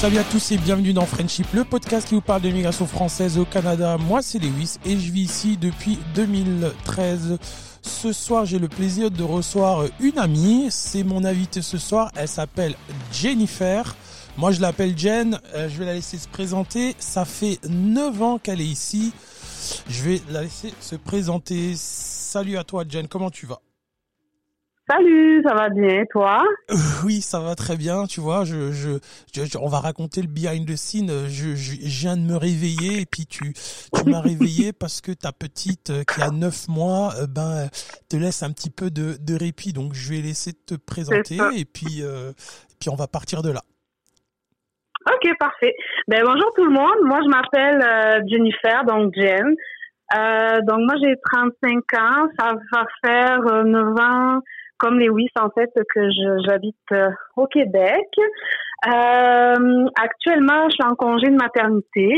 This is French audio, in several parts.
Salut à tous et bienvenue dans Friendship, le podcast qui vous parle de l'immigration française au Canada. Moi c'est Lewis et je vis ici depuis 2013. Ce soir j'ai le plaisir de recevoir une amie, c'est mon invitée ce soir, elle s'appelle Jennifer. Moi je l'appelle Jen, je vais la laisser se présenter, ça fait 9 ans qu'elle est ici. Je vais la laisser se présenter. Salut à toi Jen, comment tu vas ? Salut, ça va bien, toi ? Oui, ça va très bien, tu vois, on va raconter le behind the scene, je viens de me réveiller et puis tu m'as réveillé parce que ta petite qui a 9 mois, te laisse un petit peu de répit, donc je vais laisser te présenter et puis on va partir de là. Ok, parfait. Bonjour tout le monde, moi je m'appelle Jennifer, donc Jen. Donc moi j'ai 35 ans, ça va faire 9 ans comme Lewis en fait que j'habite au Québec. Actuellement je suis en congé de maternité.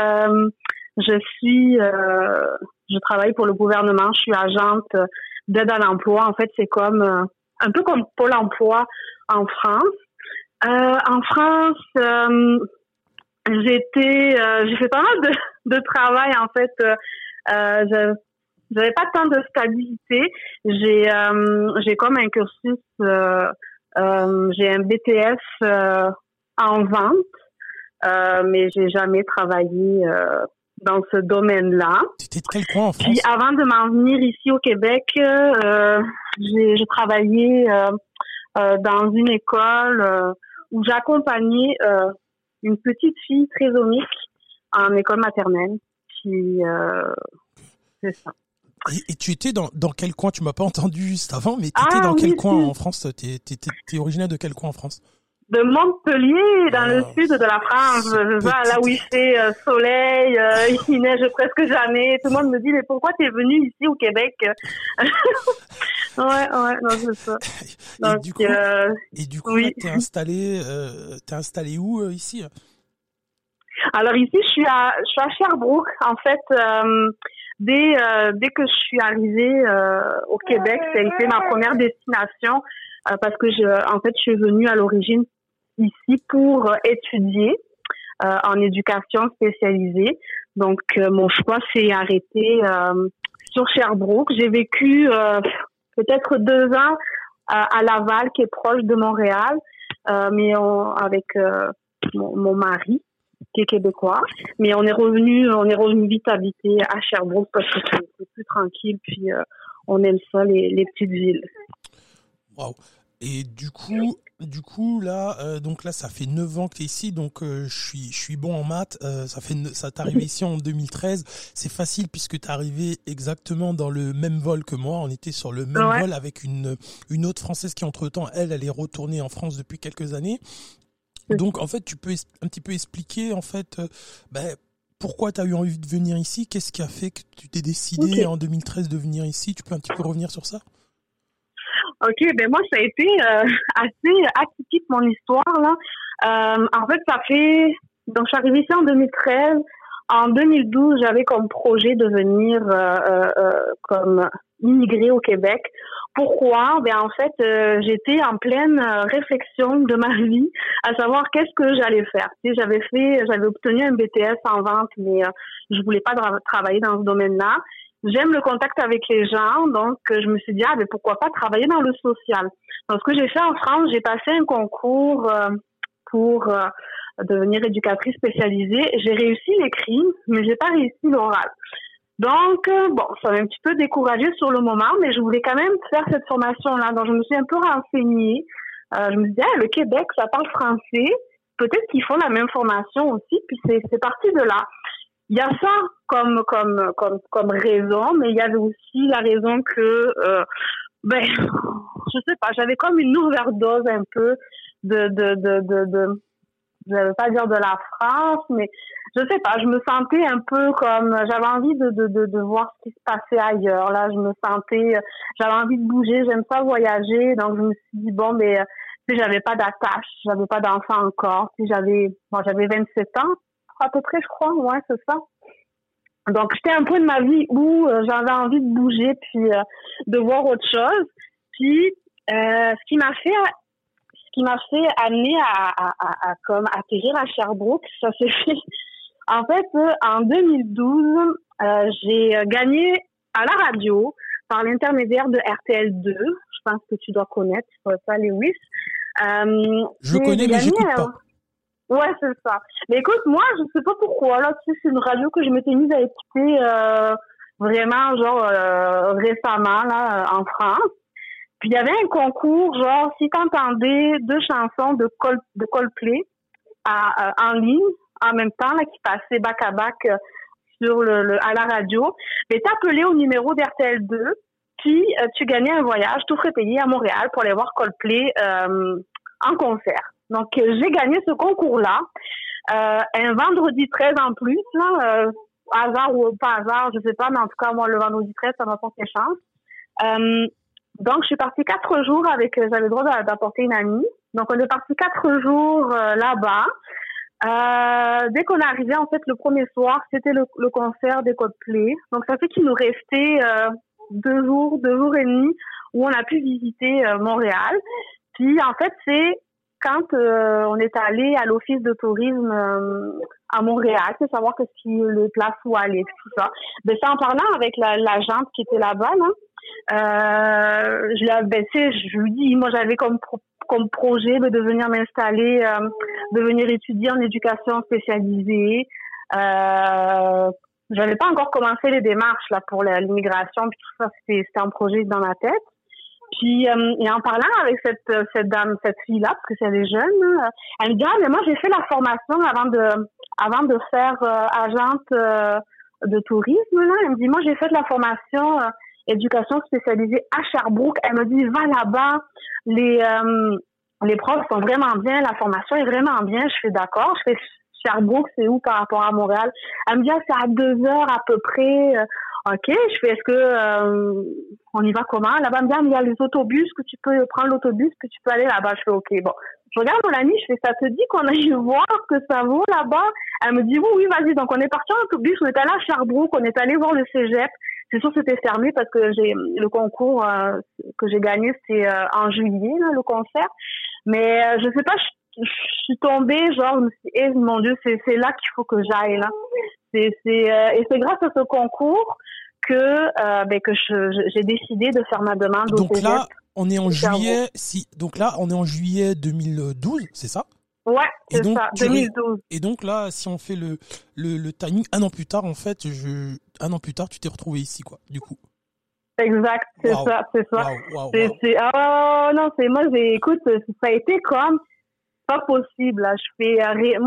Je travaille pour le gouvernement, je suis agente d'aide à l'emploi. En fait c'est comme un peu comme Pôle emploi en France. En France, j'ai fait pas mal de travail en fait. J'avais pas tant de stabilité. J'ai comme un cursus, j'ai un BTS en vente, mais j'ai jamais travaillé dans ce domaine-là. T'étais de quel coin en France? Puis avant de m'en venir ici au Québec, j'ai travaillé dans une école où j'accompagnais une petite fille trisomique en école maternelle. Puis c'est ça. Et tu étais dans quel coin? Tu m'as pas entendu juste avant, mais tu étais dans quel coin en France? T'es originaire de quel coin en France? De Montpellier, dans le sud de la France. Là où il fait soleil, il neige presque jamais. Tout le monde me dit, mais pourquoi t'es venu ici au Québec? Ouais, non, c'est ça. Donc, et du coup, oui. t'es installé où ici? Alors ici, je suis à Sherbrooke. En fait, dès que je suis arrivée au Québec, ça a été ma première destination parce que je suis venue à l'origine ici pour étudier en éducation spécialisée. Donc mon choix s'est arrêté sur Sherbrooke. J'ai vécu peut-être 2 ans à Laval, qui est proche de Montréal, mais avec mon mari, qui est québécois, mais on est revenu vite habiter à Sherbrooke parce que c'est plus tranquille, puis on aime ça les petites villes. Wow. Et du coup là, donc là ça fait 9 ans que tu es ici, donc je suis bon en maths. Ça t'est arrivé ici en 2013. C'est facile puisque t'es arrivé exactement dans le même vol que moi. On était sur le même vol avec une autre Française qui entre-temps elle est retournée en France depuis quelques années. Donc en fait tu peux un petit peu expliquer en fait pourquoi tu as eu envie de venir ici, qu'est-ce qui a fait que tu t'es décidé en 2013 de venir ici. Tu peux un petit peu revenir sur ça? OK, moi ça a été assez atypique mon histoire là. En fait, donc je suis arrivée ici en 2013. En 2012, j'avais comme projet de venir comme immigrée au Québec. Pourquoi? En fait, j'étais en pleine réflexion de ma vie, à savoir qu'est-ce que j'allais faire. Tu sais, j'avais obtenu un BTS en vente, mais je voulais pas travailler dans ce domaine-là. J'aime le contact avec les gens, donc je me suis dit pourquoi pas travailler dans le social. Donc ce que j'ai fait en France, j'ai passé un concours pour devenir éducatrice spécialisée. J'ai réussi l'écrit, mais j'ai pas réussi l'oral. Donc ça m'a un petit peu découragée sur le moment, mais je voulais quand même faire cette formation-là. Donc je me suis un peu renseignée. Je me suis dit le Québec, ça parle français. Peut-être qu'ils font la même formation aussi. Puis c'est parti de là. Il y a ça comme raison, mais il y avait aussi la raison que je sais pas, j'avais comme une overdose un peu je vais pas dire de la France, mais je sais pas, je me sentais un peu comme j'avais envie de voir ce qui se passait ailleurs. Là, j'avais envie de bouger, j'aime pas voyager, donc je me suis dit j'avais pas d'attache, j'avais pas d'enfant encore, j'avais 27 ans à peu près, je crois, ouais, c'est ça. Donc, j'étais un peu de ma vie où j'avais envie de bouger puis de voir autre chose. Puis, ce qui m'a fait ce qui m'a fait amener à comme atterrir à Sherbrooke, ça s'est fait. En fait, en 2012, j'ai gagné à la radio par l'intermédiaire de RTL2. Je pense que tu dois connaître ça, Lewis. Je connais, mais j'écoute pas. Ouais, c'est ça. Mais écoute, moi, je sais pas pourquoi. Là, tu sais, c'est une radio que je m'étais mise à écouter vraiment, genre, récemment, là, en France. Puis il y avait un concours, genre, si t'entendais 2 chansons de Coldplay en ligne, en même temps, là, qui passaient back à back sur à la radio, mais t'appelais au numéro d'RTL2, puis tu gagnais un voyage tout frais payé à Montréal pour aller voir Coldplay en concert. Donc, j'ai gagné ce concours-là, un vendredi 13 en plus, là, hasard ou pas hasard, je sais pas, mais en tout cas, moi, le vendredi 13, ça m'a porté chance. Donc, je suis partie 4 jours j'avais le droit d'apporter une amie. Donc, on est parti 4 jours là-bas. Dès qu'on est arrivé, en fait, le premier soir, c'était le concert des Coldplay. Donc, ça fait qu'il nous restait 2 jours et demi où on a pu visiter Montréal. Puis, en fait, c'est quand on est allé à l'office de tourisme à Montréal, c'est savoir que si les places où aller, tout ça. Ben, c'est en parlant avec l'agente qui était là-bas, là. Je lui dis, moi, j'avais comme projet de venir m'installer, de venir étudier en éducation spécialisée. J'avais pas encore commencé les démarches là pour l'immigration, puis tout ça, c'était un projet dans ma tête. Puis et en parlant avec cette dame, cette fille-là, parce que c'est des jeunes, elle me dit mais moi j'ai fait la formation avant de faire agente de tourisme là. Elle me dit moi j'ai fait la formation éducation spécialisée à Sherbrooke. Elle me dit va là-bas, les profs sont vraiment bien, la formation est vraiment bien. Je fais d'accord. Je fais Sherbrooke, c'est où par rapport à Montréal? Elle me dit c'est à 2 heures à peu près. OK, je fais est-ce que on y va comment? Là-bas, elle me dit il y a les autobus que tu peux prendre l'autobus que tu peux aller là-bas. Je fais OK, bon. Je regarde mon amie, je fais ça te dit qu'on aille voir ce que ça vaut là-bas? Elle me dit oui, vas-y. Donc on est parti en autobus, on est allé à Sherbrooke, on est allé voir le cégep. C'est sûr que c'était fermé parce que j'ai le concours que j'ai gagné, c'est en juillet, là, le concert. Mais je sais pas, je suis tombée, genre, je me suis dit, mon Dieu, c'est là qu'il faut que j'aille, là. Et c'est grâce à ce concours que j'ai décidé de faire ma demande au Donc cégep. là, on est en juillet, donc là, on est en juillet 2012, c'est ça? Ouais, c'est ça, 2012. Et donc là, si on fait le timing, un an plus tard, en fait, tu t'es retrouvé ici, quoi, du coup. Exact, c'est ça. Wow. Non, écoute, ça a été comme, pas possible, là. Je fais,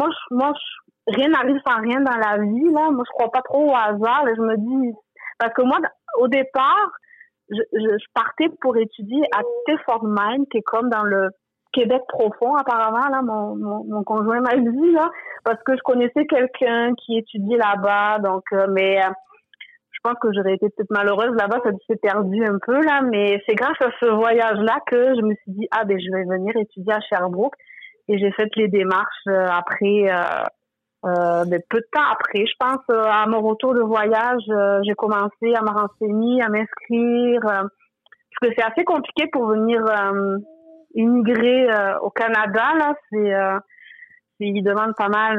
rien n'arrive sans rien dans la vie, là. Moi, je crois pas trop au hasard, là. Je me dis, parce que moi, au départ, je partais pour étudier à Thetford Mines, qui est comme dans le Québec profond, apparemment, là, mon conjoint m'a dit, là, parce que je connaissais quelqu'un qui étudiait là-bas, donc, je pense que j'aurais été peut-être malheureuse là-bas, ça s'est perdu un peu, là, mais c'est grâce à ce voyage-là que je me suis dit, je vais venir étudier à Sherbrooke, et j'ai fait les démarches après, peu de temps après, je pense, à mon retour de voyage, j'ai commencé à me renseigner, à m'inscrire, parce que c'est assez compliqué pour venir immigrer au Canada, là, ils demandent pas mal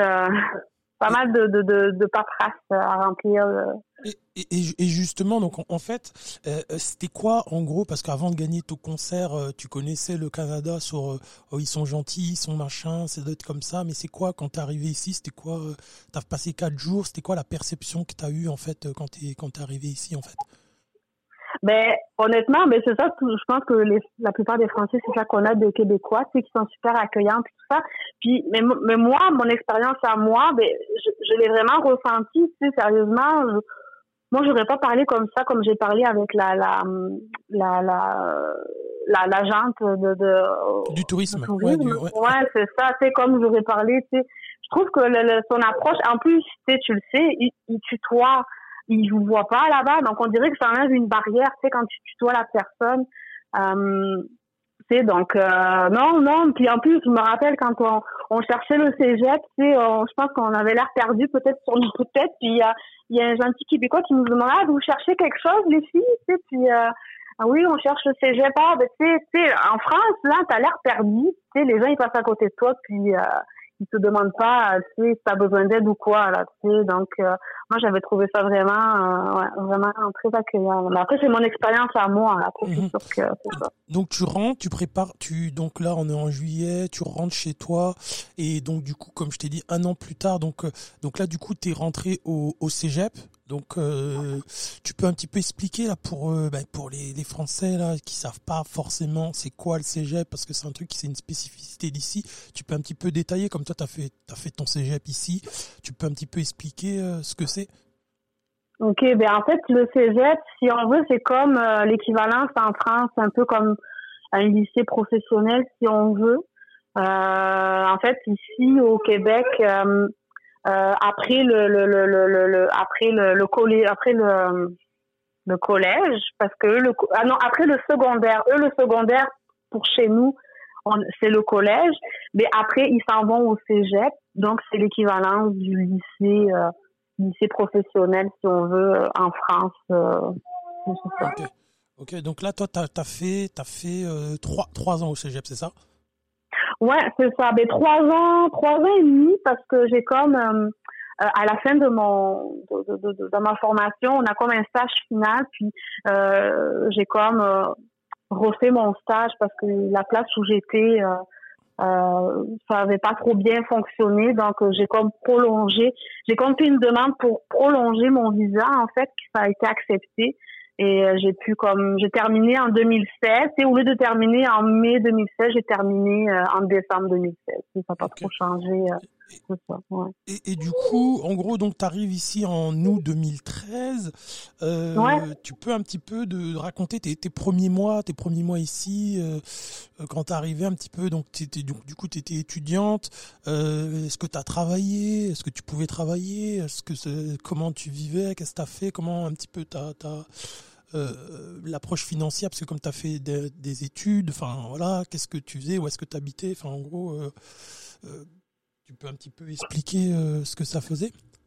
de paperasse à remplir. Et justement, donc en fait, c'était quoi en gros, parce qu'avant de gagner ton concert, tu connaissais le Canada sur ils sont gentils, ils sont machin, ça doit être comme ça, mais c'est quoi quand t'es arrivé ici, c'était quoi, t'as passé 4 jours, c'était quoi la perception que t'as eue en fait quand t'es arrivé ici en fait? Ben honnêtement, c'est ça. Je pense que la plupart des Français, c'est ça qu'on a des Québécois, tu sais, qui sont super accueillants puis tout ça. Puis mais moi, mon expérience à moi, je l'ai vraiment ressenti, tu sais, sérieusement. Moi, j'aurais pas parlé comme ça, comme j'ai parlé avec l'agente du tourisme. Ouais, c'est ça. C'est comme j'aurais parlé, tu sais. Je trouve que son approche, en plus, tu le sais, il tutoie. Ils vous voient pas là-bas, donc on dirait que ça enlève une barrière, tu sais, quand tu tutoies la personne. Tu sais, donc non. Puis en plus, je me rappelle quand on cherchait le cégep, tu sais, je pense qu'on avait l'air perdu peut-être sur notre tête. Puis il y a un gentil Québécois qui nous demandait vous cherchez quelque chose, les filles, tu sais. Puis oui, on cherche le cégep. Tu sais, en France, là, t'as l'air perdu. sais, les gens, ils passent à côté de toi, puis ils te demandent pas, tu sais, si t'as besoin d'aide ou quoi, là, tu sais. Donc, moi, j'avais trouvé ça vraiment, ouais, vraiment très accueillant. Mais après, c'est mon expérience à moi, là. Après, c'est sûr que c'est ça. Donc tu rentres, tu prépares, donc là on est en juillet, tu rentres chez toi et donc du coup comme je t'ai dit 1 an plus tard, donc là du coup t'es rentré au Cégep. Donc tu peux un petit peu expliquer là pour les Français là qui savent pas forcément c'est quoi le Cégep parce que c'est un truc qui c'est une spécificité d'ici. Tu peux un petit peu détailler comme toi t'as fait ton Cégep ici. Tu peux un petit peu expliquer ce que c'est. Ok, ben en fait le cégep, si on veut, c'est comme l'équivalence en France, un peu comme un lycée professionnel, si on veut. En fait, ici au Québec, après le collège, parce que après le secondaire, le secondaire pour chez nous, c'est le collège, mais après ils s'en vont au cégep, donc c'est l'équivalence du lycée professionnel, si on veut, en France. C'est ça. Ok, donc là, toi, t'as fait 3 ans au Cégep, c'est ça? Ouais, c'est ça. Ben 3 ans et demi, parce que j'ai comme à la fin de ma formation, on a comme un stage final, puis j'ai comme refait mon stage parce que la place où j'étais ça avait pas trop bien fonctionné, donc j'ai comme fait une demande pour prolonger mon visa, en fait, qui ça a été accepté. Et j'ai terminé en 2016, et au lieu de terminer en mai 2016, j'ai terminé en décembre 2016. Ça n'a pas trop changé, c'est ça, ouais. Et du coup, en gros, donc t'arrives ici en août 2013. Ouais. Tu peux un petit peu raconter tes premiers mois ici, quand t'es arrivé un petit peu. Donc du coup t'étais étudiante. Est-ce que t'as travaillé? Est-ce que tu pouvais travailler? Comment tu vivais? Qu'est-ce que t'as fait? Comment un petit peu l'approche financière, parce que comme tu as fait des études, enfin voilà, qu'est-ce que tu faisais, où est-ce que tu habitais, enfin en gros, tu peux un petit peu expliquer ce que ça faisait?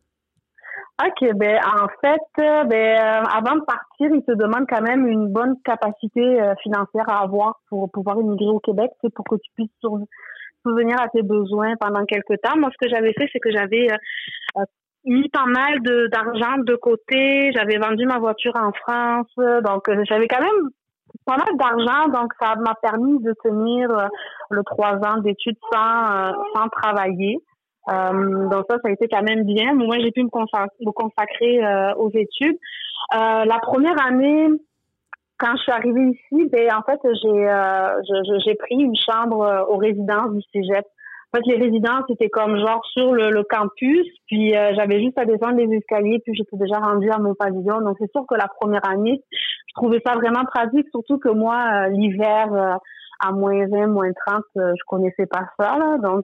Ok, ben en fait, avant de partir, ils te demandent quand même une bonne capacité financière à avoir pour pouvoir immigrer au Québec, c'est pour que tu puisses souvenir à tes besoins pendant quelques temps. Moi, ce que j'avais fait, c'est que j'avais mis pas mal d'argent de côté. J'avais vendu ma voiture en France. Donc, j'avais quand même pas mal d'argent. Donc, ça m'a permis de tenir le 3 ans d'études sans travailler. Donc, ça a été quand même bien. Moi, j'ai pu me consacrer aux études. La première année, quand je suis arrivée ici, en fait, j'ai pris une chambre aux résidences du Cégep. En fait, les résidences, c'était comme genre sur le campus, puis j'avais juste à descendre les escaliers, puis j'étais déjà rendue à mon pavillon. Donc, c'est sûr que la première année, je trouvais ça vraiment pratique, surtout que moi, l'hiver, à -20, -30, je connaissais pas ça, là. Donc,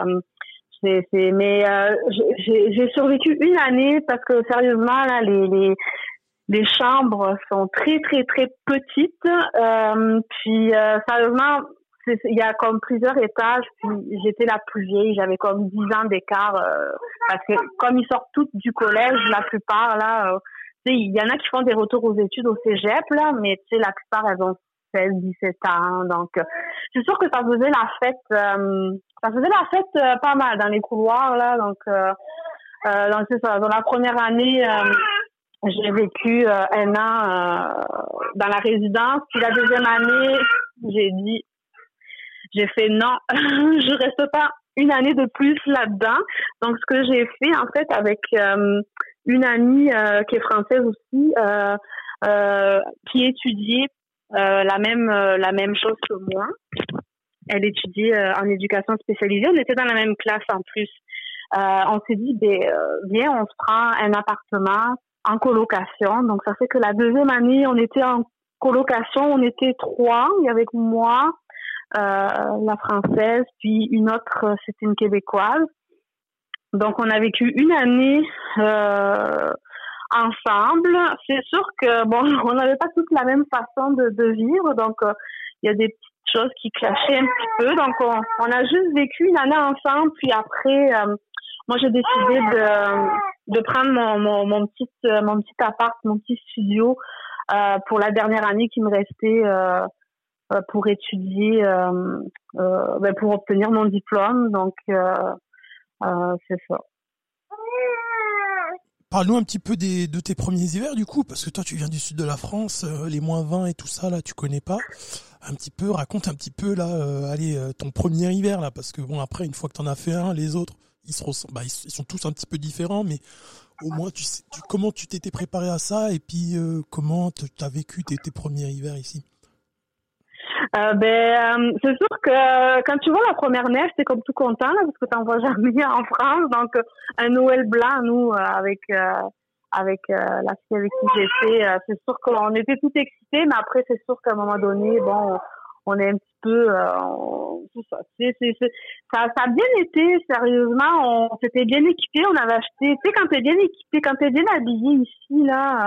j'ai survécu une année parce que sérieusement, là, les chambres sont très, très, très petites. Puis, sérieusement, il y a comme plusieurs étages, puis j'étais la plus vieille, j'avais comme 10 ans d'écart, parce que comme ils sortent toutes du collège, la plupart, là, tu sais, il y en a qui font des retours aux études au cégep, là, mais tu sais, la plupart, elles ont 16, 17 ans, donc c'est sûr que ça faisait la fête pas mal dans les couloirs, là, donc c'est ça, dans la première année, j'ai vécu 1 an dans la résidence, puis la deuxième année, j'ai fait non, je reste pas une année de plus là-dedans. Donc, ce que j'ai fait, en fait, avec une amie qui est française aussi, qui étudiait la même chose que moi. Elle étudiait en éducation spécialisée. On était dans la même classe en plus. On s'est dit, viens, on se prend un appartement en colocation. Donc, ça fait que la deuxième année, on était en colocation. On était 3. Il y avait moi, la française, puis une autre, c'était une québécoise. Donc, on a vécu une année ensemble. C'est sûr que, bon, on n'avait pas toute la même façon de vivre. Donc, il y a des petites choses qui clashaient un petit peu. Donc, on a juste vécu une année ensemble. Puis après, moi, j'ai décidé de prendre mon petit appart, mon petit studio pour la dernière année qui me restait pour étudier, pour obtenir mon diplôme. Donc, c'est ça. Parle-nous un petit peu de tes premiers hivers du coup, parce que toi tu viens du sud de la France, les -20 et tout ça là, tu connais pas. Un petit peu, raconte un petit peu là, ton premier hiver là, parce que bon après une fois que t'en as fait un, les autres ils sont tous un petit peu différents, mais au moins tu sais comment tu t'étais préparé à ça et puis comment t'as vécu tes premiers hivers ici. C'est sûr que quand tu vois la première neige, t'es comme tout content là, parce que t'en vois jamais en France. Donc un Noël blanc, nous avec la fille avec qui j'étais, c'est sûr qu'on était tout excités, mais après c'est sûr qu'à un moment donné, bon, on est un petit peu, tout ça. Ça a bien été, sérieusement, on s'était bien équipés, on avait acheté. Tu sais, quand t'es bien équipé, quand t'es bien habillé ici là,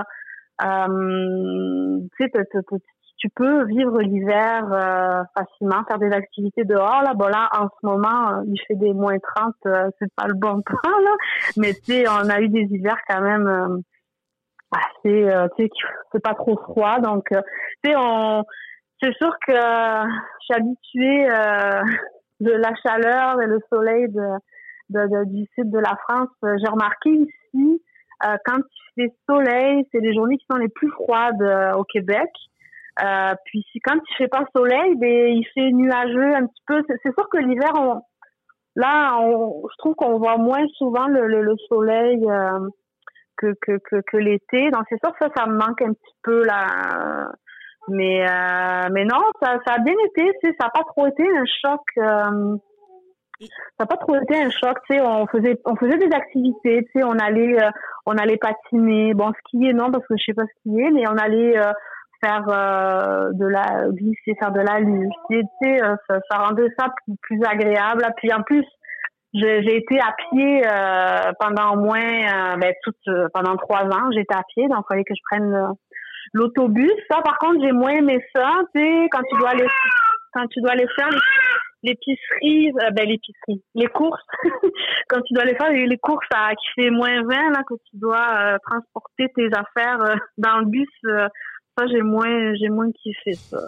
tu sais, tu peux vivre l'hiver facilement, faire des activités dehors. Là, bon là, en ce moment, il fait des -30, c'est pas le bon temps là. Mais tu sais, on a eu des hivers quand même assez, tu sais, c'est pas trop froid. Donc, tu sais, c'est sûr que je suis habituée de la chaleur et le soleil du sud de la France. J'ai remarqué ici, quand il fait soleil, c'est les journées qui sont les plus froides au Québec. Puis quand il fait pas soleil, il fait nuageux un petit peu. C'est sûr que l'hiver, je trouve qu'on voit moins souvent le soleil que l'été. Donc c'est sûr que ça me manque un petit peu là. Mais non, ça a bien été. Ça n'a pas trop été un choc. Ça n'a pas trop été un choc. Tu sais, on faisait des activités. Tu sais, on allait patiner. Bon, skier non parce que je sais pas skier, mais on allait faire glisser, faire de la luge. Tu sais, ça rendait ça plus agréable. Puis en plus, j'ai été à pied pendant au moins pendant 3 ans. J'étais à pied, donc il fallait que je prenne l'autobus. Ça, par contre, j'ai moins aimé ça. Tu sais, quand tu dois aller faire l'épicerie, les courses. Quand tu dois aller faire les courses qui fait -20 là, que tu dois transporter tes affaires dans le bus. Ça, j'ai moins kiffé ça.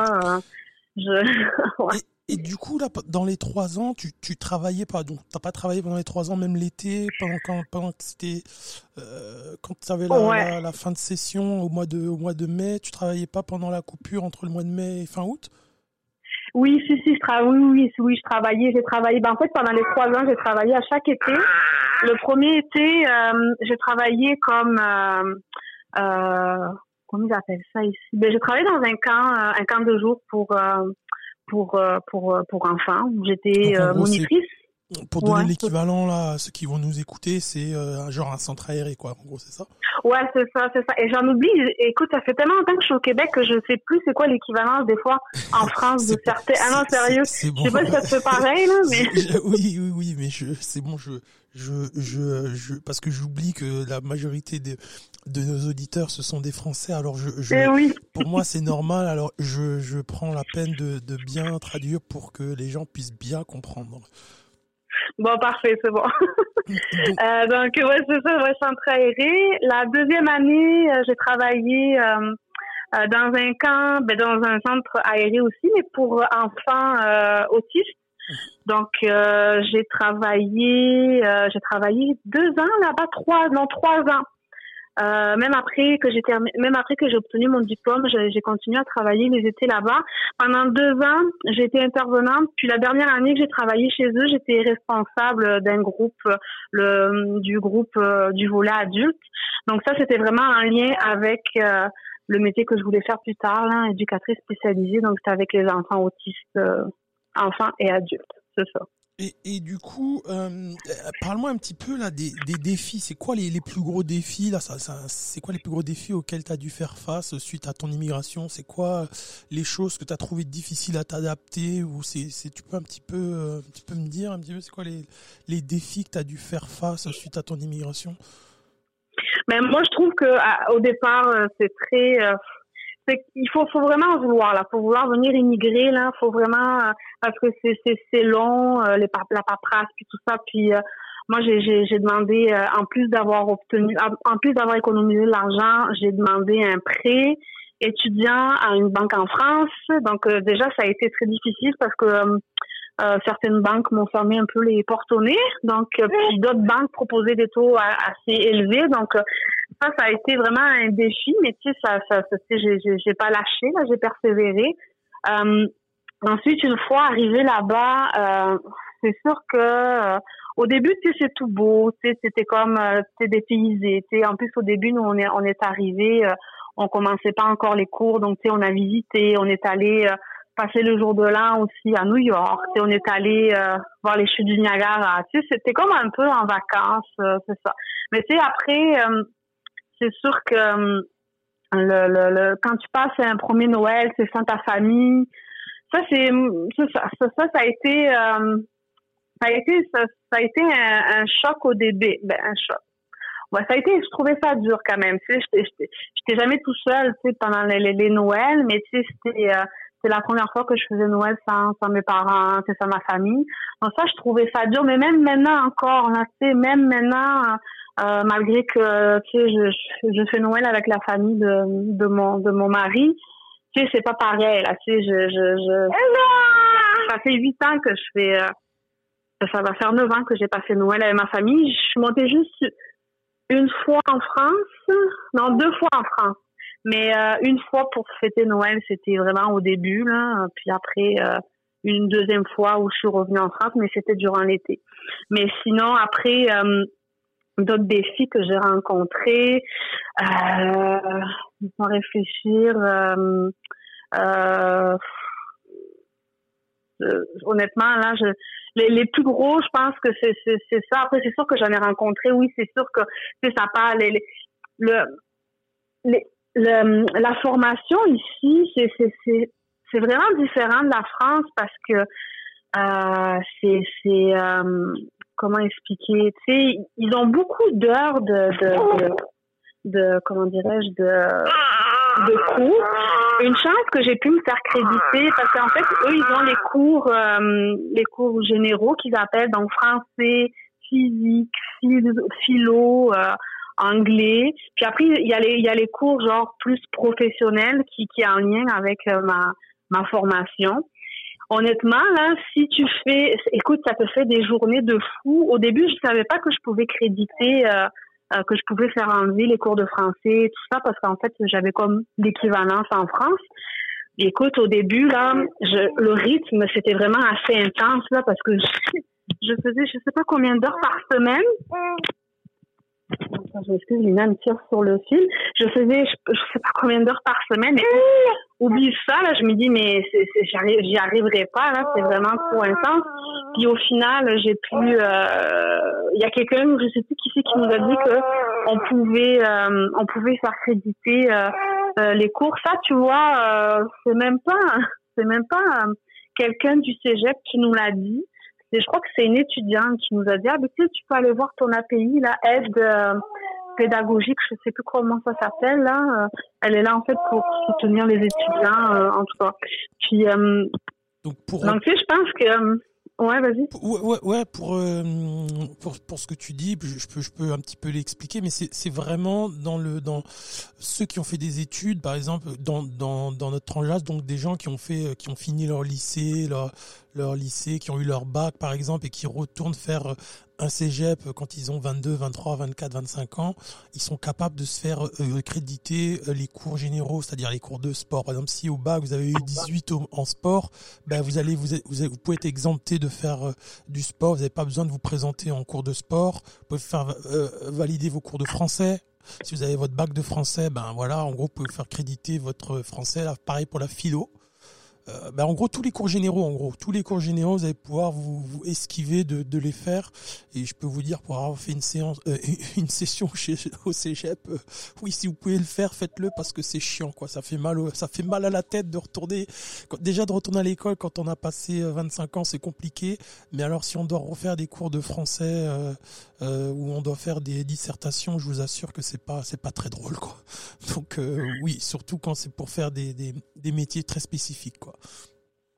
Ouais. Et du coup, là, dans les 3 ans, tu travaillais pas, donc t'as pas travaillé pendant les 3 ans, même l'été, pendant que c'était, quand tu avais la fin de session au mois de mai, tu travaillais pas pendant la coupure entre le mois de mai et fin août? Oui, je travaillais. J'ai travaillé. En fait, pendant les 3 ans, j'ai travaillé à chaque été. Le premier été, j'ai travaillé comme, comment ils appellent ça ici? J'ai travaillé dans un camp de jour pour enfants. J'étais monitrice. Pour donner l'équivalent là à ceux qui vont nous écouter, c'est genre un centre aéré quoi. En gros, c'est ça. Ouais, c'est ça. Et j'en oublie. Écoute, ça fait tellement longtemps que je suis au Québec que je sais plus c'est quoi l'équivalence des fois en France de certains. Ah non, sérieux. Bon. Je sais pas si ça se fait pareil là, mais. Oui, mais c'est bon. Parce que j'oublie que la majorité de nos auditeurs ce sont des Français. Alors Oui. Pour moi c'est normal. Alors je prends la peine de bien traduire pour que les gens puissent bien comprendre. Bon, parfait, c'est bon. Donc, ouais, c'est ça, centre aéré. La deuxième année, j'ai travaillé dans un camp, dans un centre aéré aussi, mais pour enfants autistes. Donc, j'ai travaillé 2 ans là-bas, 3 ans. Même après que j'ai obtenu mon diplôme, j'ai continué à travailler les étés là-bas. Pendant 2 ans, j'ai été intervenante. Puis la dernière année que j'ai travaillé chez eux, j'étais responsable d'un groupe, du volet adulte. Donc ça, c'était vraiment en lien avec le métier que je voulais faire plus tard, là, éducatrice spécialisée. Donc c'était avec les enfants autistes, enfants et adultes, c'est ça. Et du coup, parle-moi un petit peu là des défis. C'est quoi les plus gros défis là c'est quoi les plus gros défis auxquels tu as dû faire face suite à ton immigration? C'est quoi les choses que tu as trouvé difficiles à t'adapter ou tu peux un petit peu me dire un petit peu c'est quoi les défis que tu as dû faire face suite à ton immigration? Mais moi je trouve que au départ c'est très il faut vraiment vouloir là, faut vouloir venir immigrer là, faut vraiment parce que c'est long la paperasse puis tout ça puis moi j'ai demandé en plus d'avoir économisé de l'argent, j'ai demandé un prêt étudiant à une banque en France. Donc déjà, ça a été très difficile parce que certaines banques m'ont fermé un peu les portes au nez. Donc puis d'autres banques proposaient des taux assez élevés. Donc ça a été vraiment un défi. Mais tu sais, j'ai pas lâché. Là, j'ai persévéré. Ensuite, une fois arrivé là-bas, c'est sûr que au début, tu sais, c'est tout beau, tu sais, c'était comme dépaysé. Tu sais, en plus au début, nous on est arrivé, on commençait pas encore les cours, donc tu sais, on a visité, on est allé passer le jour de l'an aussi à New York. Tu sais, on est allé voir les chutes du Niagara. Tu sais, c'était comme un peu en vacances, c'est ça. Mais tu sais, après, c'est sûr que quand tu passes un premier Noël, c'est sans ta famille. Ça a été un choc au début. Ben, un choc. Ouais, je trouvais ça dur quand même. Tu sais, j'étais jamais tout seul, tu sais, pendant les Noëls, mais tu sais, c'est la première fois que je faisais Noël sans mes parents, c'est sans ma famille. Donc ça, je trouvais ça dur. Mais même maintenant encore, là, tu sais, même maintenant, malgré que, tu sais, je fais Noël avec la famille de mon mari, tu sais, c'est pas pareil, là, tu sais, ça fait 8 ans que je fais, ça va faire 9 ans que j'ai passé Noël avec ma famille. Je suis montée juste une fois en France, non, 2 fois en France. Mais une fois pour fêter Noël, c'était vraiment au début, là. Puis après, une deuxième fois où je suis revenue en France, mais c'était durant l'été. Mais sinon, après, d'autres défis que j'ai rencontrés, sans réfléchir, honnêtement, là, les plus gros, je pense que c'est ça. Après, c'est sûr que j'en ai rencontré. Oui, c'est sûr que ça parle. La formation ici, c'est vraiment différent de la France parce que comment expliquer, tu sais, ils ont beaucoup d'heures de comment dirais-je, de cours. Une chance que j'ai pu me faire créditer parce qu'en fait, eux, ils ont les cours généraux qu'ils appellent, donc français, physique, philo, anglais. Puis après, il y a les cours genre plus professionnels qui est en lien avec ma formation. Honnêtement, là, écoute, ça te fait des journées de fou. Au début, je savais pas que je pouvais créditer, que je pouvais faire enlever les cours de français, tout ça, parce qu'en fait, j'avais comme l'équivalence en France. Et écoute, au début, là, le rythme, c'était vraiment assez intense, là, parce que je faisais, je sais pas combien d'heures par semaine. Attends, je m'excuse, Lina me tire sur le fil. Je faisais, je sais pas combien d'heures par semaine. Et oublie ça, là, je me dis, mais j'y arriverai pas, là, c'est vraiment trop intense. Puis au final, j'ai pu, il y a quelqu'un, je sais plus qui c'est qui nous a dit que on pouvait faire créditer les cours. Ça, tu vois, c'est même pas quelqu'un du cégep qui nous l'a dit. Et je crois que c'est une étudiante qui nous a dit, tu sais, tu peux aller voir ton API, là, aide pédagogique, je sais plus comment ça s'appelle, là. Elle est là, en fait, pour soutenir les étudiants, en tout cas. Puis, donc, tu sais, je pense que... Ouais, vas-y. Ouais, pour ce que tu dis, je peux un petit peu l'expliquer, mais c'est vraiment dans ceux qui ont fait des études, par exemple, dans notre tranche, donc des gens qui ont fini leur lycée, leur lycée, qui ont eu leur bac, par exemple, et qui retournent faire un cégep quand ils ont 22, 23, 24, 25 ans, ils sont capables de se faire créditer les cours généraux, c'est-à-dire les cours de sport. Par exemple, si au bac vous avez eu 18 en sport, ben vous pouvez être exempté de faire du sport. Vous n'avez pas besoin de vous présenter en cours de sport. Vous pouvez faire valider vos cours de français. Si vous avez votre bac de français, ben voilà, en gros, vous pouvez faire créditer votre français. Là, pareil pour la philo. En gros, tous les cours généraux, vous allez pouvoir vous esquiver de les faire. Et je peux vous dire, pour avoir fait une session au cégep, oui, si vous pouvez le faire, faites-le parce que c'est chiant, quoi. Ça fait mal à la tête de retourner. Déjà de retourner à l'école quand on a passé 25 ans, c'est compliqué. Mais alors, si on doit refaire des cours de français où on doit faire des dissertations, je vous assure que c'est pas très drôle, quoi. Donc oui, surtout quand c'est pour faire des métiers très spécifiques, quoi.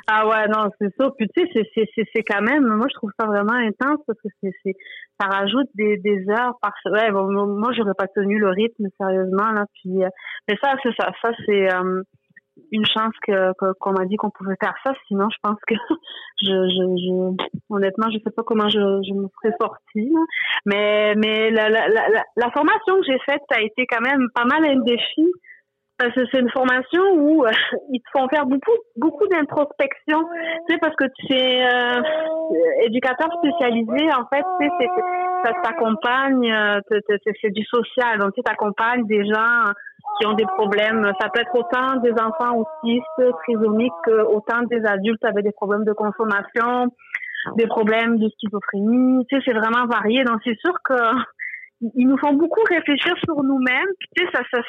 Ah ouais, non, c'est ça. Puis tu sais, c'est quand même, moi je trouve ça vraiment intense parce que ça rajoute des heures par semaine. Ouais, bon, moi j'aurais pas tenu le rythme sérieusement là. Puis, mais ça, c'est ça. Ça c'est une chance qu'on m'a dit qu'on pouvait faire ça. Sinon, je pense que honnêtement, je sais pas comment je me serais sortie. Là. Mais la formation que j'ai faite, ça a été quand même pas mal un défi. Parce que c'est une formation où ils te font faire beaucoup d'introspection, tu sais, parce que tu es éducateur spécialisé, en fait, tu sais, ça t'accompagne, c'est du social, donc tu t'accompagnes des gens qui ont des problèmes. Ça peut être autant des enfants autistes, trisomiques, autant des adultes avec des problèmes de consommation, des problèmes de schizophrénie, tu sais, c'est vraiment varié. Donc c'est sûr que ils nous font beaucoup réfléchir sur nous-mêmes. Puis, tu sais,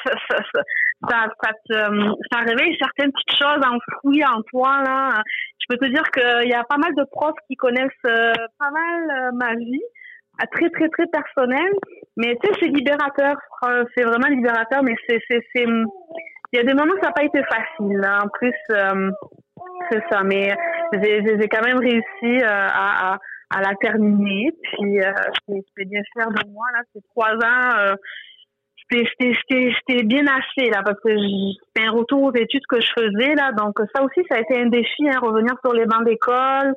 ça réveille certaines petites choses enfouies en toi, là. Je peux te dire qu'il y a pas mal de profs qui connaissent pas mal ma vie, très, très, très personnelle. Mais, tu sais, c'est libérateur. C'est vraiment libérateur, mais il y a des moments où ça n'a pas été facile, là. En plus, c'est ça. Mais j'ai quand même réussi à la terminer, puis j'étais bien fière de moi, là, ces 3 ans, c'était bien assez, là, parce que c'était un retour aux études que je faisais, là, donc ça aussi, ça a été un défi, hein, revenir sur les bancs d'école,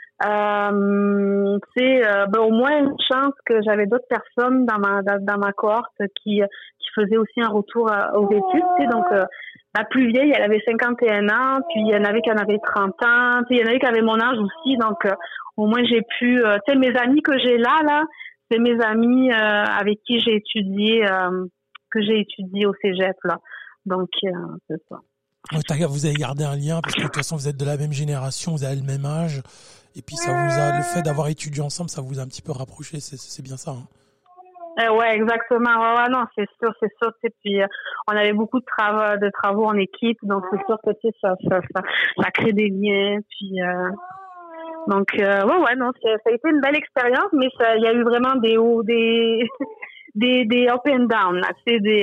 au moins une chance que j'avais d'autres personnes dans ma cohorte qui faisaient aussi un retour aux études, tu sais, donc la plus vieille, elle avait 51 ans, puis il y en avait qui en avaient 30 ans, puis il y en avait qui avaient mon âge aussi, donc au moins j'ai pu, tu sais, mes amis que j'ai là, c'est mes amis avec qui j'ai étudié, que j'ai étudié au cégep, là. Donc, c'est ça. Vous avez gardé un lien parce que de toute façon vous êtes de la même génération, vous avez le même âge, et puis le fait d'avoir étudié ensemble, ça vous a un petit peu rapproché, c'est bien ça. Hein. Ouais, exactement. Ouais, non, c'est sûr. Tu sais, puis on avait beaucoup de travaux en équipe, donc c'est sûr que tu sais, ça crée des liens. Puis donc non, ça a été une belle expérience, mais il y a eu vraiment des hauts, des up and down là,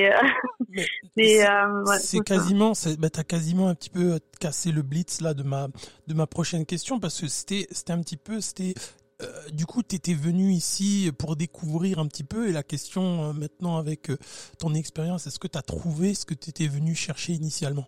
c'est quasiment, t'as quasiment un petit peu cassé le blitz là de ma prochaine question, parce que c'était un petit peu, du coup, tu étais venu ici pour découvrir un petit peu, et la question maintenant avec ton expérience, est-ce que tu as trouvé ce que tu étais venu chercher initialement?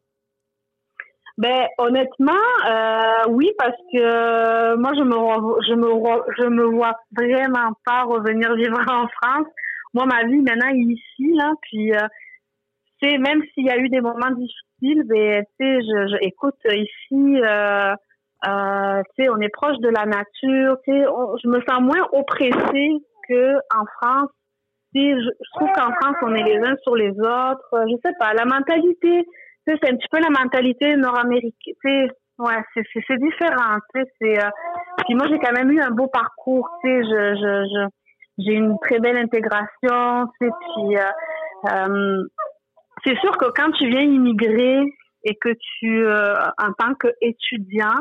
Ben honnêtement, oui, parce que moi je me vois vraiment pas revenir vivre en France. Moi, ma vie maintenant est ici là, puis tu sais, même s'il y a eu des moments difficiles, ben tu sais, écoute ici. Tu sais, on est proche de la nature, tu sais, je me sens moins oppressée que en France. Tu sais, je trouve qu'en France, on est les uns sur les autres. Je sais pas, la mentalité, tu sais, c'est un petit peu la mentalité nord-américaine. Tu sais, ouais, c'est différent. Tu sais, puis moi, j'ai quand même eu un beau parcours. Tu sais, j'ai une très belle intégration. Tu sais, puis c'est sûr que quand tu viens immigrer et que tu, en tant qu'étudiant,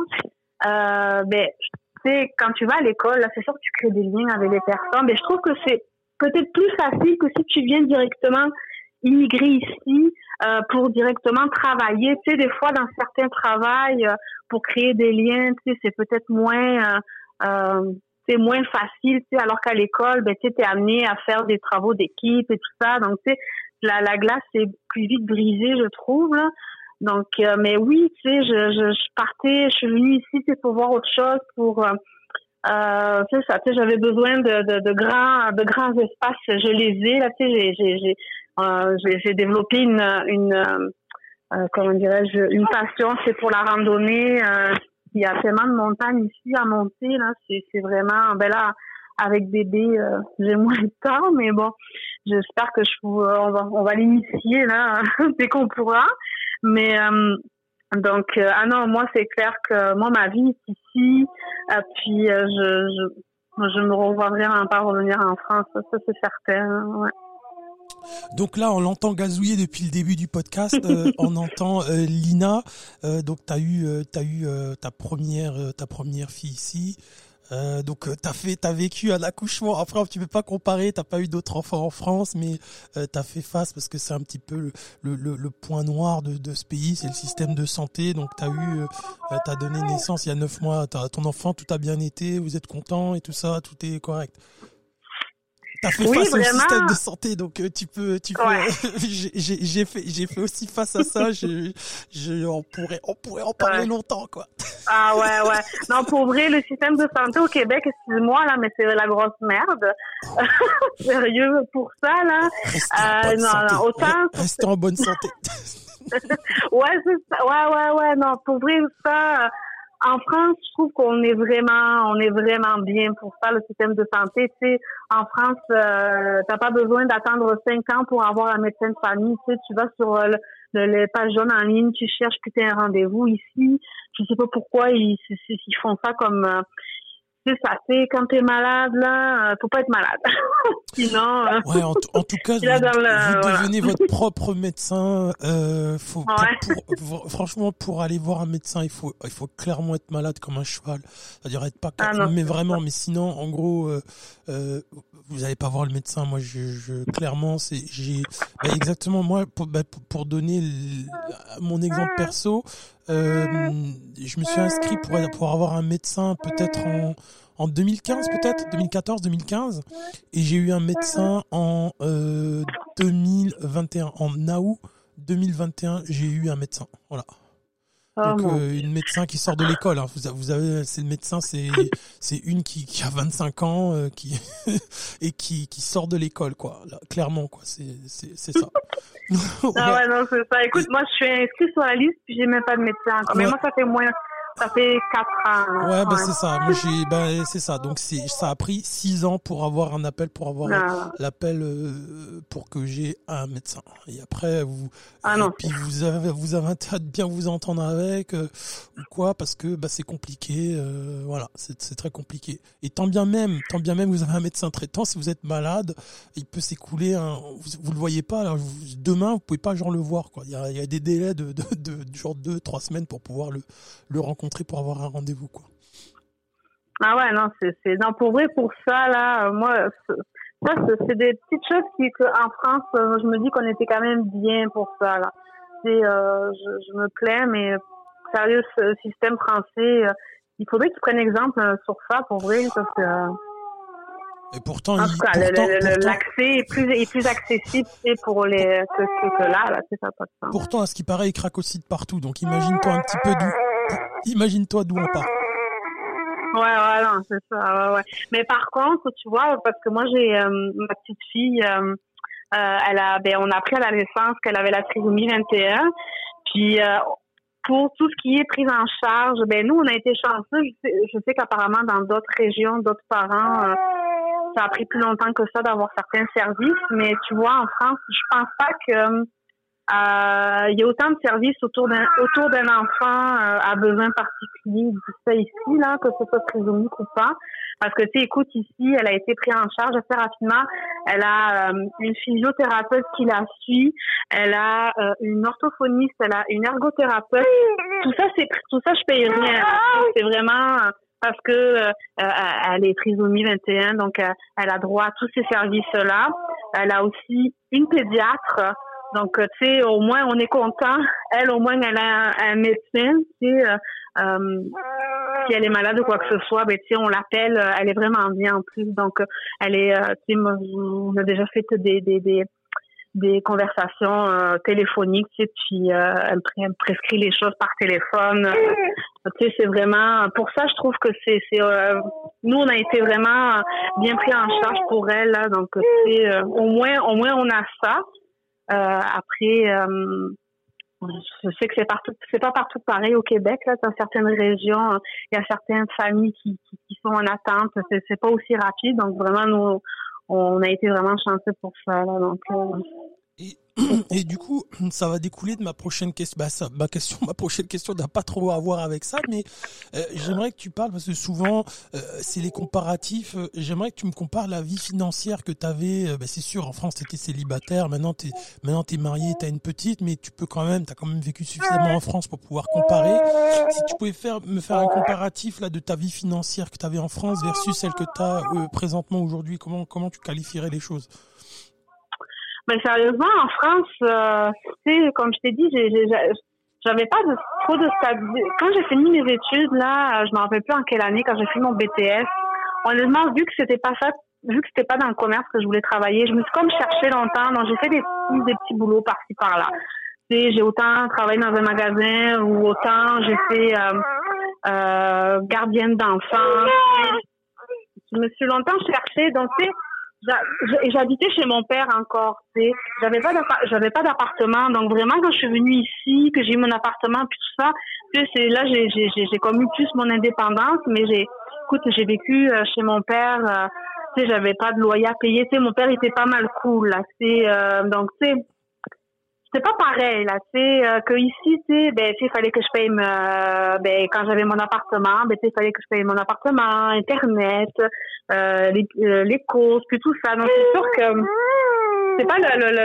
tu sais, quand tu vas à l'école, là, c'est sûr que tu crées des liens avec les personnes, mais je trouve que c'est peut-être plus facile que si tu viens directement immigrer ici, pour directement travailler. Tu sais, des fois, dans certains travails, pour créer des liens, tu sais, c'est peut-être moins, c'est moins facile, tu sais, alors qu'à l'école, ben, tu sais, t'es amené à faire des travaux d'équipe et tout ça, donc, tu sais, la glace est plus vite brisée, je trouve, là. Donc, mais oui, tu sais, je partais, je suis venue ici, c'est pour voir autre chose, pour, tu sais, ça, tu sais, j'avais besoin de grands espaces, je les ai, là, tu sais, j'ai développé comment dirais-je, une passion, c'est pour la randonnée, il y a tellement de montagnes ici à monter, là, c'est vraiment, ben là, avec bébé, j'ai moins de temps, mais bon, j'espère que on va l'initier, là, dès qu'on pourra. Mais donc non, moi c'est clair que moi ma vie est ici, puis je me revois vraiment pas revenir en France, ça c'est certain. Ouais. Donc là, on l'entend gazouiller depuis le début du podcast. On entend Lina. Donc t'as eu ta première fille ici. T'as vécu un accouchement. Après, tu peux pas comparer. T'as pas eu d'autres enfants en France, mais t'as fait face parce que c'est un petit peu le point noir de ce pays, c'est le système de santé. Donc t'as donné naissance il y a 9 mois. Ton enfant, tout a bien été. Vous êtes content et tout ça, tout est correct. T'as fait face au système de santé, donc tu peux. Ouais. j'ai fait aussi face à ça. On pourrait en parler longtemps, quoi. Ah ouais. Non, pour vrai, le système de santé au Québec, excuse-moi là, mais c'est la grosse merde. Sérieux pour ça là. Restez en bonne santé. Ouais, c'est ça. Ouais. Non, pour vrai ça. En France, je trouve qu'on est vraiment bien pour ça, le système de santé. Tu sais, en France, t'as pas besoin d'attendre 5 ans pour avoir un médecin de famille. Tu sais, tu vas sur les pages jaunes en ligne, tu cherches que t'as un rendez-vous. Ici, je sais pas pourquoi ils font ça comme c'est ça. C'est quand t'es malade là, faut pas être malade. Sinon. Ouais, en tout cas, vous devenez votre propre médecin. Franchement, pour aller voir un médecin, il faut clairement être malade comme un cheval. C'est-à-dire être pas, mais vraiment. Mais sinon, en gros, vous allez pas voir le médecin. Moi, clairement, exactement moi pour donner mon exemple perso. Je me suis inscrit pour avoir un médecin peut-être en 2015 peut-être 2014-2015 et j'ai eu un médecin en 2021 en août 2021 j'ai eu un médecin, voilà. Donc une médecin qui sort de l'école, hein. Vous avez, c'est le médecin, c'est une qui a 25 ans et qui sort de l'école, quoi. Là, clairement, quoi. C'est ça. Ouais, non, c'est ça. Écoute, moi je suis inscrite sur la liste puis j'ai même pas de médecin. Mais moi ça fait 4 ans. Ouais, c'est ça. Moi c'est ça. Donc ça a pris 6 ans pour avoir un appel, l'appel pour que j'ai un médecin. Et après vous avez intérêt de bien vous entendre avec ou quoi, parce que c'est compliqué. Voilà, c'est très compliqué. Et tant bien même vous avez un médecin traitant, si vous êtes malade, il peut s'écouler. Vous le voyez pas. Alors, demain vous pouvez pas le voir, quoi. Il y a des délais de genre 2-3 semaines pour pouvoir le rencontrer, pour avoir un rendez-vous, quoi. Ah ouais, non, non, pour vrai, pour ça, là, moi, ça, c'est des petites choses qu'en France, je me dis qu'on était quand même bien pour ça, là. Je me plains, mais sérieux, ce système français, il faudrait qu'ils prennent exemple sur ça, pour vrai, parce que... Et pourtant, en tout cas, l'accès est plus accessible pour que là, c'est ça, pas de sens. Pourtant, à ce qui paraît, ils craquent aussi de partout, donc imagine-toi un petit peu d'où on part. Ouais, non, c'est ça, ouais. Mais par contre, tu vois, parce que moi, j'ai ma petite fille, on a appris à la naissance qu'elle avait la trisomie 21. Puis, pour tout ce qui est prise en charge, nous, on a été chanceux. Je sais qu'apparemment, dans d'autres régions, d'autres parents, ça a pris plus longtemps que ça d'avoir certains services. Mais tu vois, en France, je pense pas que il y a autant de services autour d'un enfant à besoin particulier du ça ici, là, que ce soit trisomique ou pas. Parce que, tu sais, écoute, ici, elle a été prise en charge assez rapidement. Elle a une physiothérapeute qui la suit. Elle a une orthophoniste. Elle a une ergothérapeute. Tout ça, je paye rien. C'est vraiment parce que elle est trisomie 21, donc elle a droit à tous ces services-là. Elle a aussi une pédiatre. Donc, tu sais, au moins, on est content. Elle, au moins, elle a un médecin, tu sais, si elle est malade ou quoi que ce soit, tu sais, on l'appelle, elle est vraiment bien en plus. Donc, elle est, tu sais, on a déjà fait des conversations téléphoniques, tu sais, puis elle prescrit les choses par téléphone. Tu sais, c'est vraiment, pour ça, je trouve que nous, on a été vraiment bien pris en charge pour elle, là. Donc, tu sais, au moins, on a ça. Après, je sais que c'est pas partout pareil au Québec, là. Dans certaines régions, il y a certaines familles qui sont en attente. C'est pas aussi rapide. Donc vraiment, nous, on a été vraiment chanceux pour ça, là. Donc, Et, et du coup, ça va découler de ma prochaine question. Ma prochaine question n'a pas trop à voir avec ça, mais j'aimerais que tu parles parce que souvent c'est les comparatifs. J'aimerais que tu me compares la vie financière que tu avais. C'est sûr, en France, tu étais célibataire. Maintenant, t'es marié, t'as une petite, mais t'as quand même vécu suffisamment en France pour pouvoir comparer. Si tu pouvais me faire un comparatif là de ta vie financière que tu avais en France versus celle que tu as présentement aujourd'hui, comment tu qualifierais les choses? Mais sérieusement, en France, comme je t'ai dit, j'avais pas trop de stabilité. Quand j'ai fini mes études, là, je me rappelle plus en quelle année, quand j'ai fini mon BTS, honnêtement, vu que c'était pas ça, vu que c'était pas dans le commerce que je voulais travailler, je me suis comme cherché longtemps, donc j'ai fait des petits boulots par-ci, par-là. J'ai autant travaillé dans un magasin ou autant j'ai fait gardienne d'enfants. Je me suis longtemps cherchée, donc j'habitais chez mon père encore, tu sais. J'avais pas d'appartement, donc vraiment quand je suis venue ici, que j'ai eu mon appartement puis tout ça, tu sais, c'est là j'ai comme eu plus mon indépendance, mais j'ai vécu chez mon père, tu sais, j'avais pas de loyer à payer, tu sais, mon père était pas mal cool là, tu sais, donc tu sais, c'est pas pareil là, tu sais, que ici, tu sais, ben, tu sais, il fallait que je paye quand j'avais mon appartement, ben, tu sais, il fallait que je paye mon appartement, internet, les courses, puis tout ça. Donc c'est sûr que c'est pas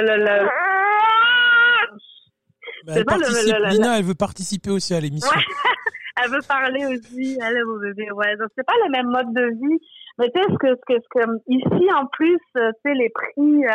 c'est pas Lina, elle veut participer aussi à l'émission. Ouais. Elle veut parler aussi, elle est mon bébé, ouais. Donc c'est pas le même mode de vie. Mais tu sais, ce que ici en plus, tu sais, les prix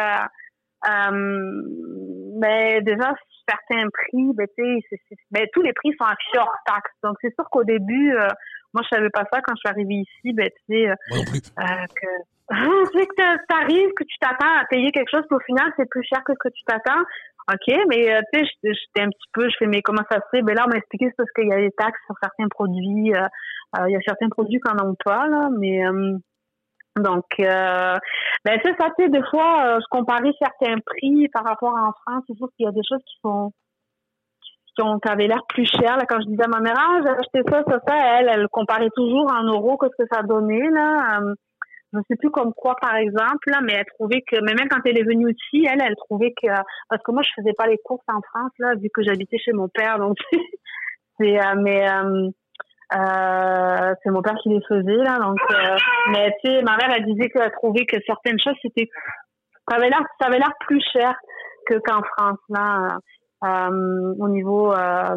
mais déjà certains prix, ben tu sais, tous les prix sont affichés hors taxe. Donc c'est sûr qu'au début, moi je savais pas ça quand je suis arrivée ici, ben tu sais, moi non plus. c'est que t'arrives, que tu t'attends à payer quelque chose, puis au final c'est plus cher que ce que tu t'attends. Ok, mais tu sais, j'étais un petit peu, je fais mais comment ça se fait? Ben là on m'a expliqué c'est parce qu'il y a des taxes sur certains produits, il y a certains produits qu'on n'en ont pas là, mais donc, ben c'est ça, tu sais, des fois, je comparais certains prix par rapport à en France. C'est sûr qu'il y a des choses qui avaient l'air plus chères. Là, quand je disais à ma mère, j'ai acheté ça, elle comparait toujours en euros qu'est-ce que ça donnait, là. Je sais plus comme quoi, par exemple, là, mais elle trouvait que, mais même quand elle est venue ici, elle trouvait que, parce que moi, je faisais pas les courses en France, là, vu que j'habitais chez mon père, donc, c'est mon père qui les faisait là, donc mais tu sais, ma mère elle disait qu'elle trouvait que certaines choses ça avait l'air plus cher qu'en France là, au niveau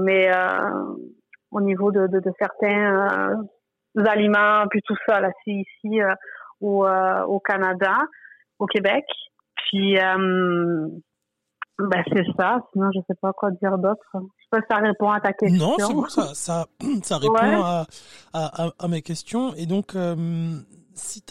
au niveau de certains aliments puis tout ça là, c'est ici au Canada, au Québec, puis c'est ça, sinon je sais pas quoi dire d'autre. Je sais pas si ça répond à ta question. Non, c'est bon, ça répond ouais. à mes questions. Et donc, si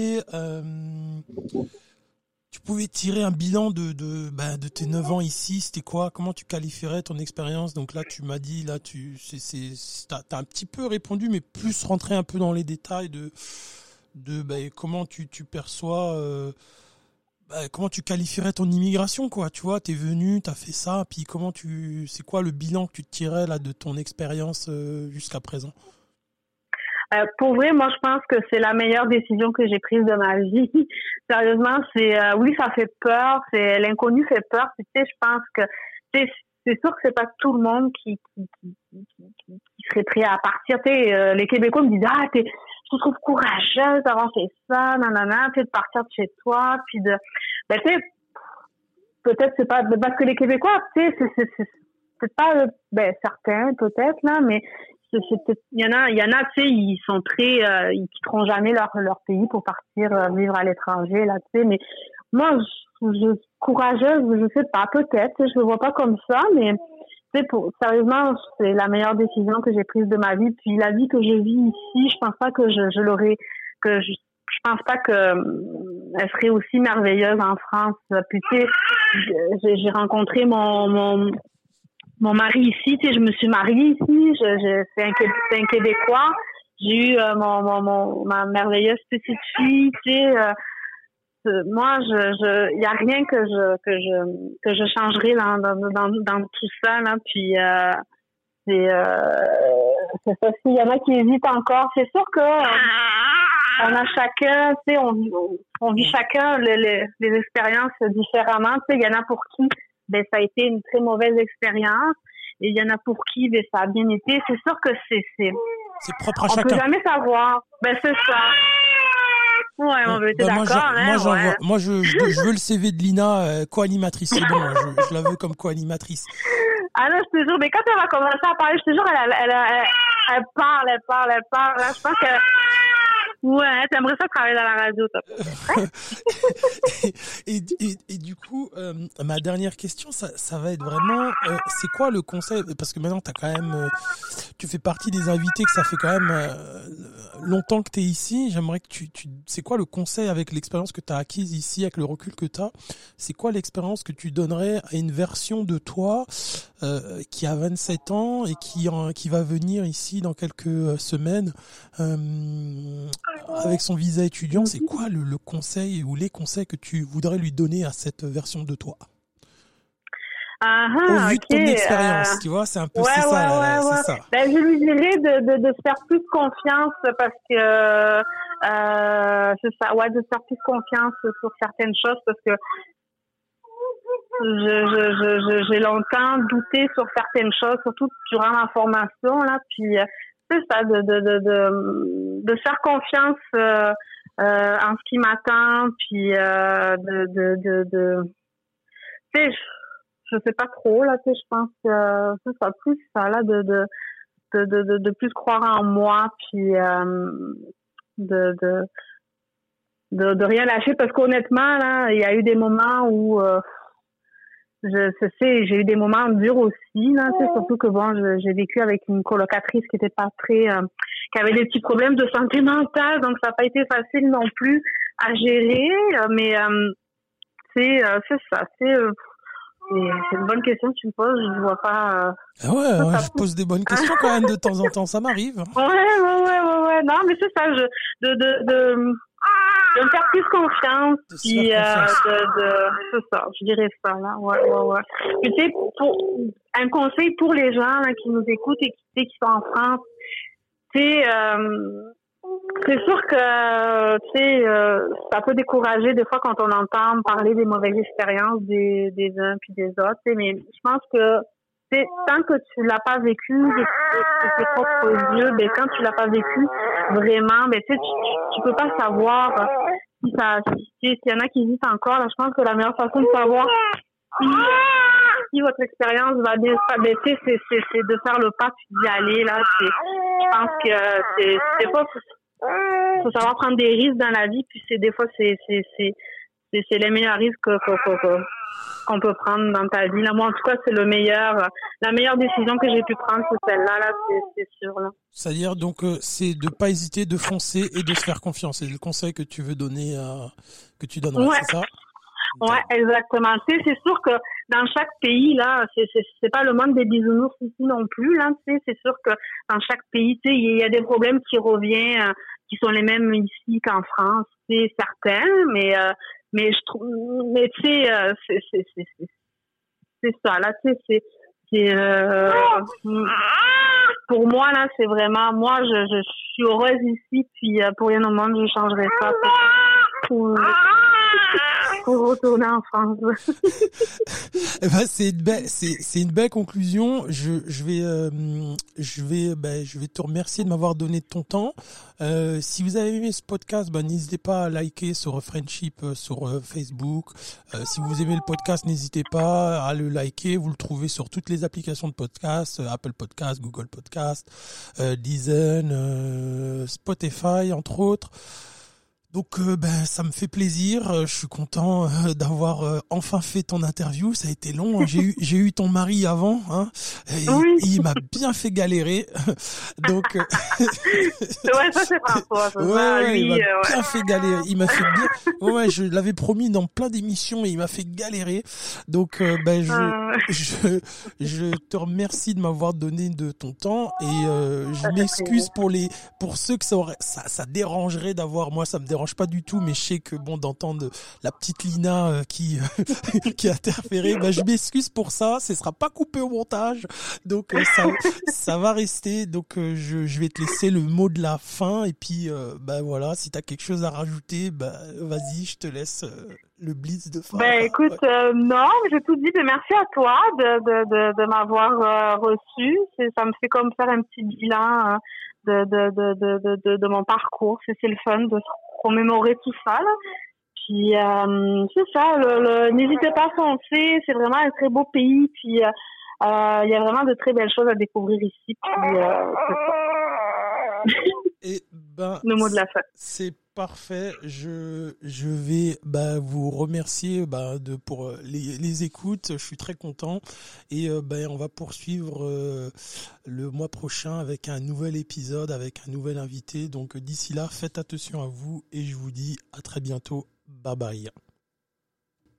tu pouvais tirer un bilan de tes 9 ans ici, c'était quoi? Comment tu qualifierais ton expérience? Donc là, tu m'as dit, là, t'as un petit peu répondu, mais plus rentrer un peu dans les détails de comment tu perçois, comment tu qualifierais ton immigration, quoi? Tu vois, t'es venu, t'as fait ça, puis c'est quoi le bilan que tu tirais là de ton expérience jusqu'à présent? Pour vrai, moi, je pense que c'est la meilleure décision que j'ai prise de ma vie. Sérieusement, oui, ça fait peur, l'inconnu fait peur. Tu sais, je pense que c'est sûr que c'est pas tout le monde qui serait prêt à partir. Tu sais, les Québécois me disent je te trouve courageuse d'avoir fait ça, nanana, tu sais, de partir de chez toi, puis tu sais, peut-être c'est pas parce que les Québécois, tu sais, c'est pas certains peut-être là, mais il y en a, tu sais, ils sont très, ils quitteront jamais leur pays pour partir vivre à l'étranger, là, tu sais. Mais moi, courageuse, je sais pas, peut-être, je le vois pas comme ça, mais tu sais, sérieusement, c'est la meilleure décision que j'ai prise de ma vie. Puis la vie que je vis ici, je pense pas que je l'aurais, que je pense pas que elle serait aussi merveilleuse en France. Puis tu sais, j'ai rencontré mon mari ici, tu sais, je me suis mariée ici, c'est un Québécois. J'ai eu ma merveilleuse petite fille, tu sais. Moi, y a rien que je changerais dans tout ça là. Puis c'est ça. S'il y en a qui hésitent encore, c'est sûr que on a chacun, tu sais, on vit chacun les expériences différemment. Tu sais, il y en a pour qui, ben, ça a été une très mauvaise expérience. Et il y en a pour qui, ben, ça a bien été. C'est sûr que c'est propre à on chacun. peut jamais savoir. Ben, c'est ça. Ouais, on veut être d'accord, hein. Moi, je veux le CV de Lina, co-animatrice. C'est bon, je la veux comme co-animatrice. Ah non, je te jure, mais quand elle va commencer à parler, je te jure, elle parle. Là, je pense que, ouais, t'aimerais ça travailler dans la radio, toi. et du coup, ma dernière question, ça va être vraiment, c'est quoi le conseil? Parce que maintenant, t'as quand même, tu fais partie des invités, que ça fait quand même longtemps que t'es ici. J'aimerais que c'est quoi le conseil avec l'expérience que t'as acquise ici, avec le recul que t'as? C'est quoi l'expérience que tu donnerais à une version de toi qui a 27 ans et qui va venir ici dans quelques semaines avec son visa étudiant? C'est quoi le conseil ou les conseils que tu voudrais lui donner à cette version de toi? Au vu de ton expérience, tu vois, c'est un peu c'est ça. Ben, je lui dirais de se faire plus confiance parce que c'est ça, ouais, de se faire plus confiance sur certaines choses parce que j'ai longtemps douté sur certaines choses, surtout durant ma formation là, puis c'est ça, de faire confiance en ce qui m'attend, puis tu sais, je sais pas trop là, tu sais, je pense que c'est ça, plus ça là, de plus croire en moi, puis de rien lâcher parce qu'honnêtement là, il y a eu des moments où je sais, j'ai eu des moments durs aussi là, tu sais, surtout que bon, j'ai vécu avec une colocatrice qui était pas très qui avait des petits problèmes de santé mentale, donc ça n'a pas été facile non plus à gérer, mais c'est ça, c'est une bonne question que tu me poses, je vois pas ah ouais, je pose des bonnes questions quand même de temps en temps, ça m'arrive. Ouais, non, mais c'est ça, de me faire plus confiance, puis c'est ça, je dirais ça là, ouais. Puis tu sais, un conseil pour les gens là, qui nous écoutent et qui sont en France, tu sais, c'est sûr que tu sais, ça peut décourager des fois quand on entend parler des mauvaises expériences des uns puis des autres, tu sais, mais je pense que tant que tu l'as pas vécu de tes propres yeux, ben quand tu l'as pas vécu vraiment, ben tu peux pas savoir s'il y en a qui hésitent encore. Là, je pense que la meilleure façon de savoir si votre expérience va bien se faire, c'est de faire le pas puis d'y aller là. Je pense que c'est pas, faut savoir prendre des risques dans la vie, puis des fois c'est les meilleurs risques qu'on peut prendre dans ta vie. Là, moi, en tout cas, c'est la meilleure décision que j'ai pu prendre, c'est celle-là, là, c'est sûr, là. C'est-à-dire, donc, c'est de pas hésiter, de foncer et de se faire confiance. C'est le conseil que tu veux donner, que tu donnerais, ouais. C'est ça? Ouais, exactement. Tu sais, c'est sûr que dans chaque pays, là, c'est pas le monde des bisounours ici non plus, là, tu sais, c'est sûr que dans chaque pays, tu sais, il y a des problèmes qui reviennent, qui sont les mêmes ici qu'en France, c'est certain, mais je trouve, mais tu sais, c'est ça, là, tu sais, c'est pour moi, là, c'est vraiment, moi, je suis heureuse ici, puis pour rien au monde, je changerais ça pour retourner en France. Eh ben, c'est une belle conclusion. Je vais te remercier de m'avoir donné de ton temps. Si vous avez aimé ce podcast, n'hésitez pas à liker sur Friendship sur Facebook. Si vous aimez le podcast, n'hésitez pas à le liker. Vous le trouvez sur toutes les applications de podcast, Apple Podcast, Google Podcast, Deezer, Spotify, entre autres. Donc ça me fait plaisir, je suis content d'avoir enfin fait ton interview, ça a été long, hein. J'ai eu ton mari avant, hein, et oui. Il m'a bien fait galérer. Donc ouais, ça c'est pas toi, ça. Ouais, il m'a bien fait galérer, il m'a fait bien. Ouais, je l'avais promis dans plein d'émissions et il m'a fait galérer. Donc je te remercie de m'avoir donné de ton temps et je m'excuse pour ceux que ça dérangerait d'avoir, moi ça me dérange dérange pas du tout, mais je sais que bon, d'entendre la petite Lina qui qui a interféré, bah je m'excuse pour ça, ce sera pas coupé au montage, donc ça va rester. Donc je vais te laisser le mot de la fin et puis bah voilà, si t'as quelque chose à rajouter, bah vas-y, je te laisse le blitz de fin. Ben écoute, non, j'ai tout dit. Mais merci à toi de m'avoir reçu. Ça me fait comme faire un petit bilan de mon parcours. C'est le fun de se remémorer tout ça, là. Puis c'est ça. N'hésitez pas à foncer. C'est vraiment un très beau pays. Puis il y a vraiment de très belles choses à découvrir ici. Puis c'est ça. Et ben le mot de la fin. C'est parfait. Je vais vous remercier pour les écoutes. Je suis très content et on va poursuivre le mois prochain avec un nouvel épisode, avec un nouvel invité. Donc d'ici là, faites attention à vous et je vous dis à très bientôt. Bye bye.